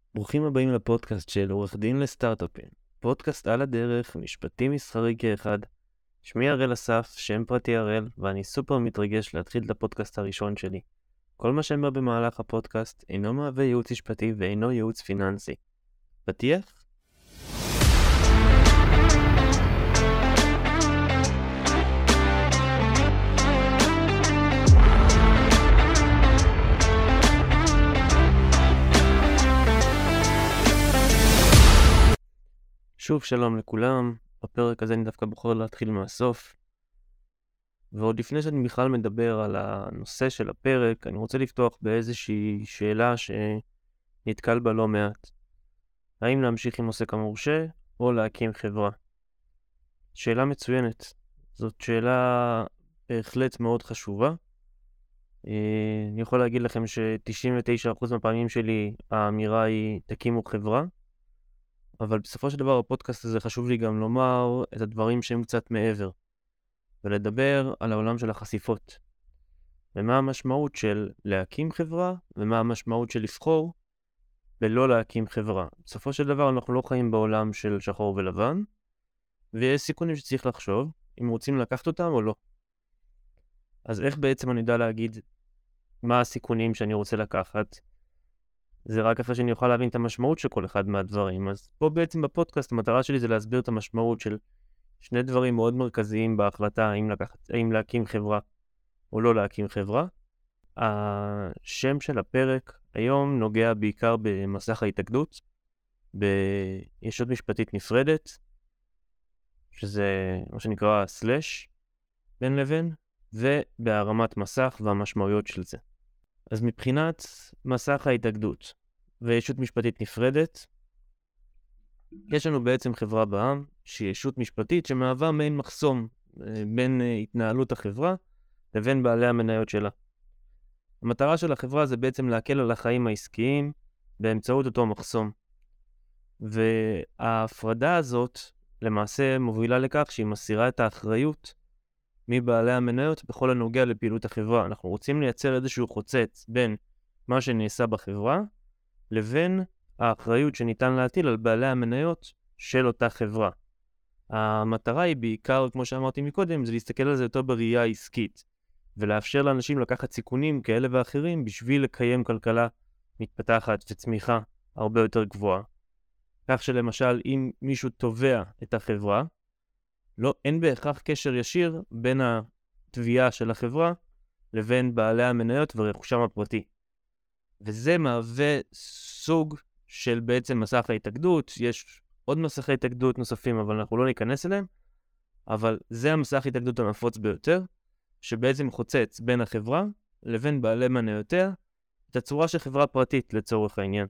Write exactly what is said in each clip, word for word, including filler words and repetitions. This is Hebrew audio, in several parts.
ברוכים הבאים לפודקאסט של עורך דין לסטארט-אפים. פודקאסט על הדרך, משפטי מסחרי כאחד. שמי הראל אסף, שם פרטי הראל, ואני סופר מתרגש להתחיל את הפודקאסט הראשון שלי. כל מה שאמר במהלך הפודקאסט אינו מהווה ייעוץ משפטי ואינו ייעוץ פיננסי. פתיח? שוב שלום לכולם, בפרק הזה אני דווקא בוחר להתחיל מהסוף. ועוד לפני שאני בכלל מדבר על הנושא של הפרק, אני רוצה לפתוח באיזושהי שאלה שנתקל בה לא מעט. האם להמשיך עם עוסק המורשה או להקים חברה? שאלה מצוינת. זאת שאלה בהחלט מאוד חשובה. אני יכול להגיד לכם ש-תשעים ותשעה אחוז מהפעמים שלי האמירה היא תקימו חברה. אבל בסופו של דבר הפודקאסט הזה חשוב לי גם לומר את הדברים שהם קצת מעבר, ולדבר על העולם של החשיפות, ומה המשמעות של להקים חברה, ומה המשמעות של לבחור ולא להקים חברה. בסופו של דבר אנחנו לא חיים בעולם של שחור ולבן, ויש סיכונים שצריך לחשוב אם רוצים לקחת אותם או לא. אז איך בעצם אני יודע להגיד מה הסיכונים שאני רוצה לקחת? זה רק אחרי שאני אוכל להבין את המשמעות של כל אחד מהדברים. אז פה בעצם בפודקאסט המטרה שלי זה להסביר את המשמעות של שני דברים מאוד מרכזיים בהחלטה האם, לקחת, האם להקים חברה או לא להקים חברה. השם של הפרק היום נוגע בעיקר במסך ההתאגדות, בישות משפטית נפרדת, שזה מה שנקרא סלש בין לבין, ובהרמת מסך והמשמעויות של זה. אז מבחינת מסך ההתאגדות וישות משפטית נפרדת, יש לנו בעצם חברה בע"מ שהיא ישות משפטית שמהווה מעין מחסום בין התנהלות החברה לבין בעלי המניות שלה. המטרה של החברה זה בעצם להקל על החיים העסקיים באמצעות אותו מחסום. וההפרדה הזאת למעשה מובילה לכך שהיא מסירה את האחריות מבעלי המניות בכל הנוגע לפעילות החברה. אנחנו רוצים לייצר איזשהו חוצץ בין מה שנעשה בחברה לבין האחריות שניתן להטיל על בעלי המניות של אותה חברה. המטרה היא בעיקר, כמו שאמרתי מקודם, זה להסתכל על זה יותר בראייה העסקית, ולאפשר לאנשים לקחת סיכונים כאלה ואחרים בשביל לקיים כלכלה מתפתחת וצמיחה הרבה יותר גבוהה. כך שלמשל, אם מישהו תובע את החברה, לא, אין בהכרח קשר ישיר בין התביעה של החברה לבין בעלי המניות ורכושם הפרטי. וזה מהווה סוג של בעצם מסך ההתאגדות. יש עוד מסכי התאגדות נוספים, אבל אנחנו לא ניכנס אליהם. אבל זה המסך ההתאגדות הנפוץ ביותר, שבעצם חוצץ בין החברה לבין בעלי מניותיה, את הצורה של חברה פרטית לצורך העניין.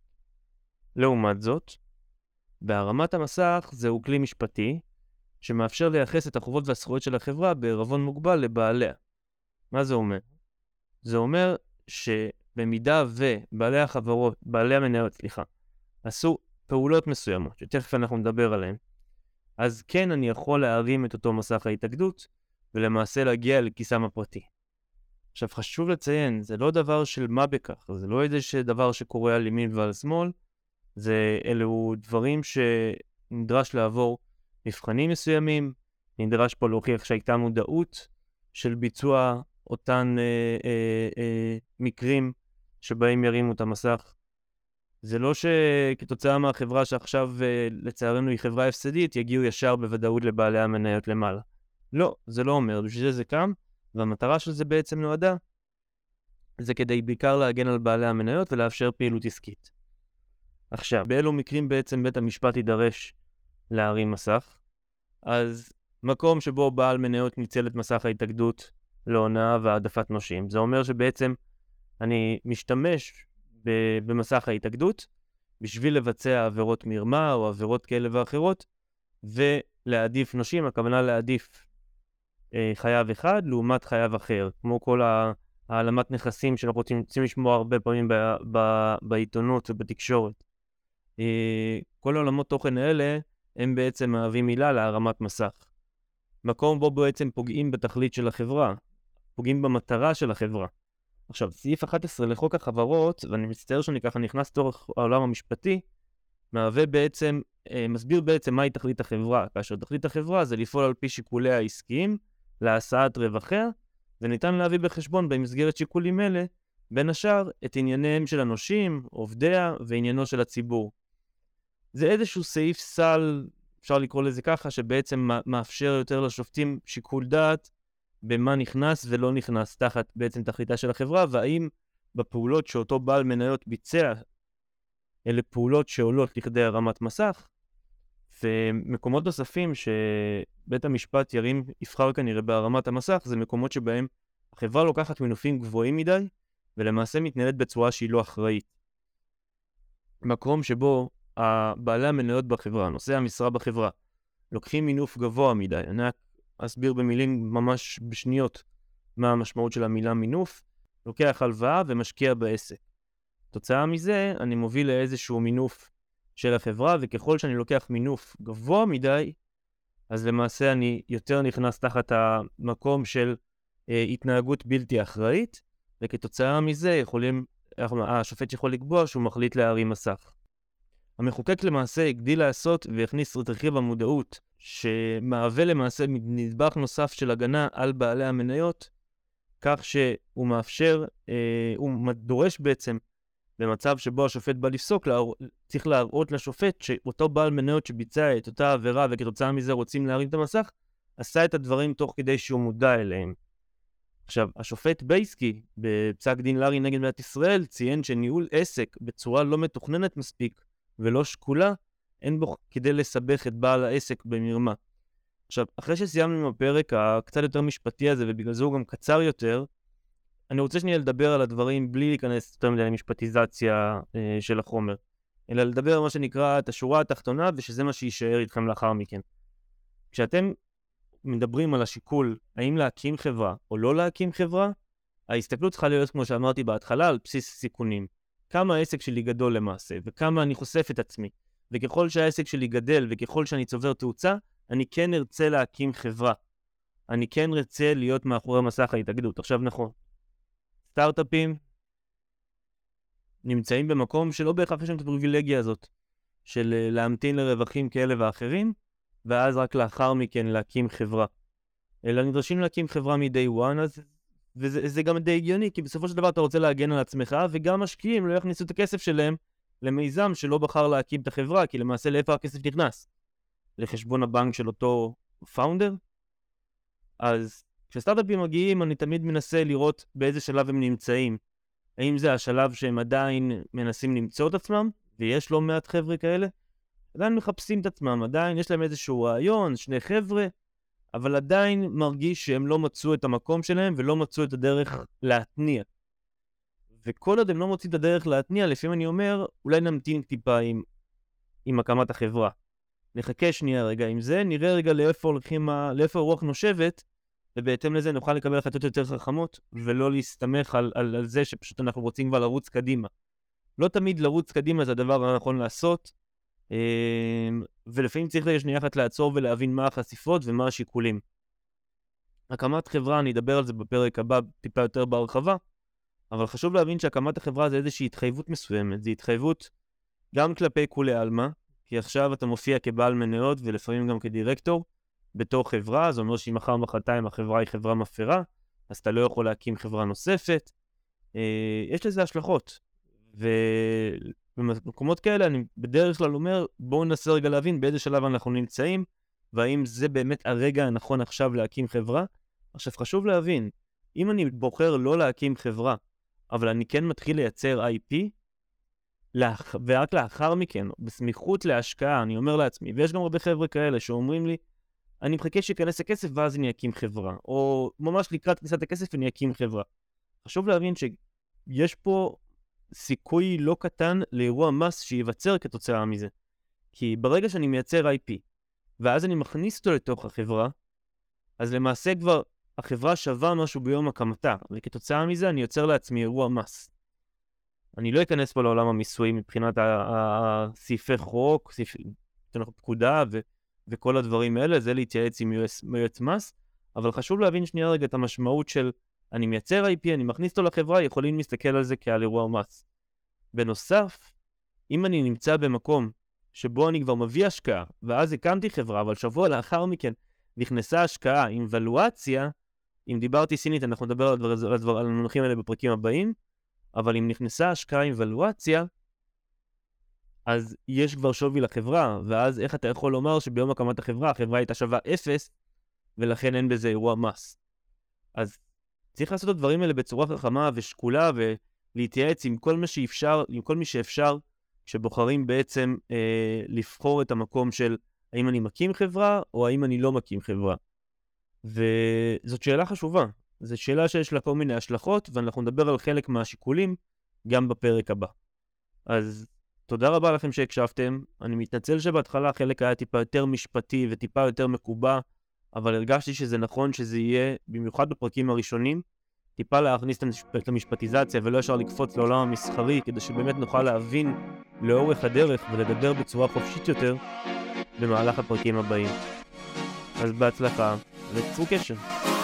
לעומת זאת, בהרמת המסך זהו כלי משפטי, שמאפשר לייחס את החובות והזכויות של החברה בערבון מוגבל לבעליה. מה זה אומר? זה אומר שבמידה ובעלי החברות, בעלי המניות, סליחה, עשו פעולות מסוימות, שתכף אנחנו נדבר עליהן, אז כן אני יכול להרים את אותו מסך ההתאגדות, ולמעשה להגיע לכיסם הפרטי. עכשיו חשוב לציין, זה לא דבר של מה בכך, זה לא איזה דבר שקורה על ימין ועל שמאל, זה אלו דברים שנדרש לעבור מבחנים מסוימים, נדרש פה להוכיח שהייתה מודעות של ביצוע אותן אה, אה, אה, מקרים שבהם ירימו את המסך. זה לא שכתוצאה מהחברה שעכשיו אה, לצערנו היא חברה הפסדית, יגיעו ישר בוודאות לבעלי המניות למעלה. לא, זה לא אומר, בשביל זה זה קם, והמטרה של זה בעצם נועדה, זה כדי בעיקר להגן על בעלי המניות ולאפשר פעילות עסקית. עכשיו, באלו מקרים בעצם בית המשפט יידרש להרים מסך, אז מקום שבו בעל מניות ניצל את מסך ההתאגדות להונאה והעדפת נושים, זה אומר שבעצם אני משתמש במסך ההתאגדות בשביל לבצע עבירות מרמה או עבירות כאלה ואחרות, ולהעדיף נושים, הכוונה להעדיף אה, חייב אחד לעומת חייב אחר, כמו כל העלמת נכסים שאנחנו רוצים לשמוע הרבה פעמים ב, ב, בעיתונות ובתקשורת. אה, כל העולמות תוכן האלה הם בעצם מהווים מילה להרמת מסך. מקום בו בעצם פוגעים בתכלית של החברה, פוגעים במטרה של החברה. עכשיו, סעיף אחת עשרה לחוק החברות, ואני מצטער שאני ככה נכנס תוך העולם המשפטי, מהווה בעצם, אה, מסביר בעצם מהי תכלית החברה, כאשר תכלית החברה זה לפעול על פי שיקוליה העסקיים, להשאת רווחיה, וניתן להביא בחשבון במסגרת שיקולים אלה, בין השאר, את ענייניהם של הנושים, עובדיה ועניינו של הציבור. זה איזשהו סעיף סל, אפשר לקרוא לזה ככה, שבעצם מאפשר יותר לשופטים שיקול דעת במה נכנס ולא נכנס תחת בעצם תכליתה של החברה, והאם בפעולות שאותו בעל מניות ביצע, אלה פעולות שעולות לכדי הרמת מסך, ומקומות נוספים שבית המשפט ירים, יבחר כנראה בהרמת המסך, זה מקומות שבהם החברה לוקחת מינופים גבוהים מדי, ולמעשה מתנהלת בצורה שהיא לא אחראית. מקום שבו בעלי המניות בחברה, נושאי המשרה בחברה, לוקחים מינוף גבוה מדי. אני אסביר במילים ממש בשניות מה המשמעות של המילה מינוף. לוקח הלוואה ומשקיע בעסק. תוצאה מזה אני מוביל לאיזשהו מינוף של החברה, וככל שאני לוקח מינוף גבוה מדי, אז למעשה אני יותר נכנס תחת המקום של אה, התנהגות בלתי אחראית, וכתוצאה מזה יכולים, השופט יכול לקבוע שהוא מחליט להרים מסך. המחוקק למעשה הגדיל לעשות והכניס את רכיב המודעות, שמהווה למעשה נדבך נוסף של הגנה על בעלי המניות, כך שהוא מאפשר, אה, הוא דורש בעצם, במצב שבו השופט בא לפסוק, להר... צריך להראות לשופט שאותו בעל מניות שביצע את אותה עבירה וכתוצאה מזה רוצים להרים את המסך, עשה את הדברים תוך כדי שהוא מודע אליהם. עכשיו, השופט בייסקי, בפסק דין לארי נגד מדינת ישראל, ציין שניהול עסק בצורה לא מתוכננת מספיק ולא שקולה, אין בו כדי לסבך את בעל העסק במרמה. עכשיו, אחרי שסיימנו עם הפרק הקצת יותר משפטי הזה, ובגלל זה הוא גם קצר יותר, אני רוצה שנייה לדבר על הדברים בלי להיכנס יותר מדי למשפטיזציה אה, של החומר, אלא לדבר על מה שנקרא את השורה התחתונה, ושזה מה שישאר איתכם לאחר מכן. כשאתם מדברים על השיקול האם להקים חברה או לא להקים חברה, ההסתכלות צריכה להיות, כמו שאמרתי בהתחלה, על בסיס סיכונים. כמה העסק שלי גדול למעשה, וכמה אני חושף את עצמי. וככל שהעסק שלי גדל, וככל שאני צובר תאוצה, אני כן ארצה להקים חברה. אני כן ארצה להיות מאחורי מסך ההתאגדות. עכשיו נכון, סטארט-אפים נמצאים במקום שלא בהכרח יש להם את הפריבילגיה הזאת, של להמתין לרווחים כאלה ואחרים, ואז רק לאחר מכן להקים חברה. אלא נדרשים להקים חברה מ-day one, אז, וזה זה גם די הגיוני, כי בסופו של דבר אתה רוצה להגן על עצמך, וגם משקיעים לא יכניסו את הכסף שלהם למיזם שלא בחר להקים את החברה, כי למעשה לאיפה הכסף נכנס? לחשבון הבנק של אותו פאונדר? אז כשסטארט-אפים מגיעים, אני תמיד מנסה לראות באיזה שלב הם נמצאים. האם זה השלב שהם עדיין מנסים למצוא את עצמם, ויש לא מעט חבר'ה כאלה? עדיין מחפשים את עצמם, עדיין יש להם איזשהו רעיון, שני חבר'ה, אבל עדיין מרגיש שהם לא מצאו את המקום שלהם, ולא מצאו את הדרך להתניע. וכל עוד הם לא מוצאים את הדרך להתניע, לפעמים אני אומר, אולי נמתין טיפה עם, עם הקמת החברה. נחכה שנייה רגע עם זה, נראה רגע לאיפה הולכים, לאיפה הרוח נושבת, ובהתאם לזה נוכל לקבל החלטות יותר חכמות, ולא להסתמך על, על, על זה שפשוט אנחנו רוצים כבר לרוץ קדימה. לא תמיד לרוץ קדימה זה הדבר הנכון לעשות, ולפעמים צריך שנייה אחת לעצור ולהבין מה החשיפות ומה השיקולים. הקמת חברה, אני אדבר על זה בפרק הבא טיפה יותר בהרחבה, אבל חשוב להבין שהקמת החברה זה איזושהי התחייבות מסוימת, זו התחייבות גם כלפי כולי אלמה, כי עכשיו אתה מופיע כבעל מניות ולפעמים גם כדירקטור בתור חברה, זה אומר שאם מחר מחרתיים החברה היא חברה מפרה, אז אתה לא יכול להקים חברה נוספת. יש לזה השלכות, ובמקומות כאלה אני בדרך כלל אומר, בואו ננסה רגע להבין באיזה שלב אנחנו נמצאים, והאם זה באמת הרגע הנכון עכשיו להקים חברה. עכשיו חשוב להבין, אם אני בוחר לא להקים חברה, אבל אני כן מתחיל לייצר איי פי, לאח... ורק לאחר מכן, בסמיכות להשקעה, אני אומר לעצמי, ויש גם הרבה חבר'ה כאלה שאומרים לי, אני מחכה שיכנס הכסף ואז אני אקים חברה, או ממש לקראת כניסת הכסף אני אקים חברה. חשוב להבין שיש פה סיכוי לא קטן לאירוע מס שיווצר כתוצאה מזה. כי ברגע שאני מייצר איי פי, ואז אני מכניס אותו לתוך החברה, אז למעשה כבר החברה שווה משהו ביום הקמתה, וכתוצאה מזה אני יוצר לעצמי אירוע מס. אני לא אכנס פה לעולם המיסוי מבחינת הסעיפי חוק, סעיפי פקודה ו... וכל הדברים האלה, זה להתייעץ עם יועץ מס, אבל חשוב להבין שנייה רגע את המשמעות של אני מייצר איי פי, אני מכניס אותו לחברה, יכולים להסתכל על זה כעל אירוע מס. בנוסף, אם אני נמצא במקום שבו אני כבר מביא השקעה, ואז הקמתי חברה, אבל שבוע לאחר מכן נכנסה השקעה עם ולואציה, אם דיברתי סינית, אנחנו נדבר על, הדבר, על, הדבר, על המונחים האלה בפרקים הבאים, אבל אם נכנסה השקעה עם ולואציה, אז יש כבר שווי לחברה, ואז איך אתה יכול לומר שביום הקמת החברה, החברה הייתה שווה אפס, ולכן אין בזה אירוע מס. אז צריך לעשות את הדברים האלה בצורה חכמה ושקולה, ולהתייעץ עם כל מה שאפשר, עם כל מי שאפשר, כשבוחרים בעצם אה, לבחור את המקום של האם אני מקים חברה, או האם אני לא מקים חברה. וזאת שאלה חשובה. זו שאלה שיש לה כל מיני השלכות, ואנחנו נדבר על חלק מהשיקולים גם בפרק הבא. אז תודה רבה לכם שהקשבתם. אני מתנצל שבהתחלה החלק היה טיפה יותר משפטי וטיפה יותר מקובע, אבל הרגשתי שזה נכון שזה יהיה, במיוחד בפרקים הראשונים, טיפה להכניס את המשפטיזציה ולא ישר לקפוץ לעולם המסחרי, כדי שבאמת נוכל להבין לאורך הדרך ולדבר בצורה חופשית יותר במהלך הפרקים הבאים. אז בהצלחה, וצרו קשר.